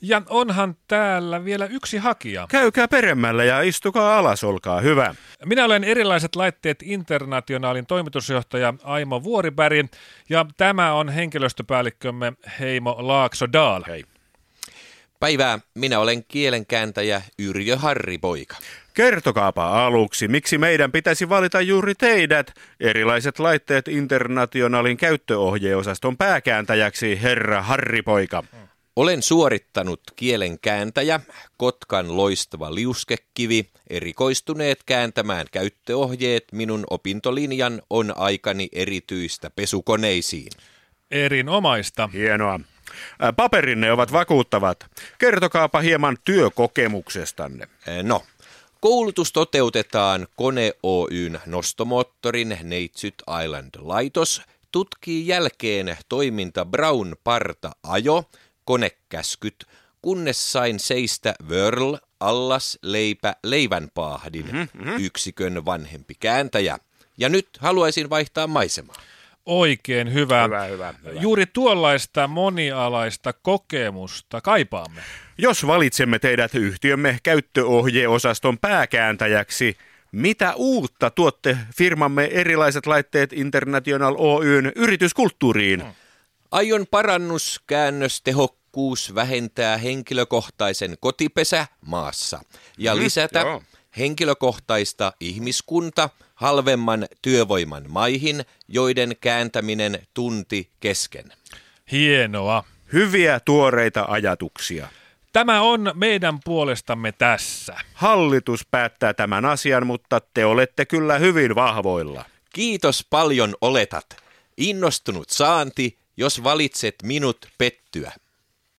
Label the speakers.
Speaker 1: Ja onhan täällä vielä yksi hakija.
Speaker 2: Käykää peremmällä ja istukaa alas, olkaa hyvä.
Speaker 1: Minä olen Erilaiset laitteet Internationaalin toimitusjohtaja Aimo Vuoriberg ja tämä on henkilöstöpäällikkömme Heimo Laakso-Dahl.
Speaker 2: Hei.
Speaker 3: Päivää, minä olen kielenkääntäjä Yrjö Harripoika.
Speaker 2: Kertokaapa aluksi, miksi meidän pitäisi valita juuri teidät, Erilaiset laitteet Internationaalin käyttöohjeosaston pääkääntäjäksi, herra Harripoika.
Speaker 3: Olen suorittanut kielenkääntäjä, Kotkan loistava liuskekivi, erikoistuneet kääntämään käyttöohjeet, minun opintolinjan on aikani erityistä pesukoneisiin.
Speaker 1: Erinomaista.
Speaker 2: Hienoa. Paperinne ovat vakuuttavat. Kertokaapa hieman työkokemuksestanne.
Speaker 3: No, koulutus toteutetaan Kone Oyn nostomoottorin Neitsyt Island-laitos, tutkii jälkeen toiminta Brown parta ajo, konekäskyt, kunnes sain seistä Wörl, allas, leipä, leivänpaahdin, yksikön vanhempi kääntäjä. Ja nyt haluaisin vaihtaa maisemaa.
Speaker 1: Oikein hyvä.
Speaker 2: Hyvä.
Speaker 1: Juuri tuollaista monialaista kokemusta kaipaamme.
Speaker 2: Jos valitsemme teidät yhtiömme käyttöohjeosaston pääkääntäjäksi, mitä uutta tuotte firmamme Erilaiset laitteet International Oyn yrityskulttuuriin?
Speaker 3: Aion parannuskäännöstehokkuus vähentää henkilökohtaisen kotipesä maassa ja lisätä henkilökohtaista ihmiskunta halvemman työvoiman maihin, joiden kääntäminen tunti kesken.
Speaker 1: Hienoa.
Speaker 2: Hyviä tuoreita ajatuksia.
Speaker 1: Tämä on meidän puolestamme tässä.
Speaker 2: Hallitus päättää tämän asian, mutta te olette kyllä hyvin vahvoilla.
Speaker 3: Kiitos paljon oletat. Innostunut saanti, jos valitset minut pettyä.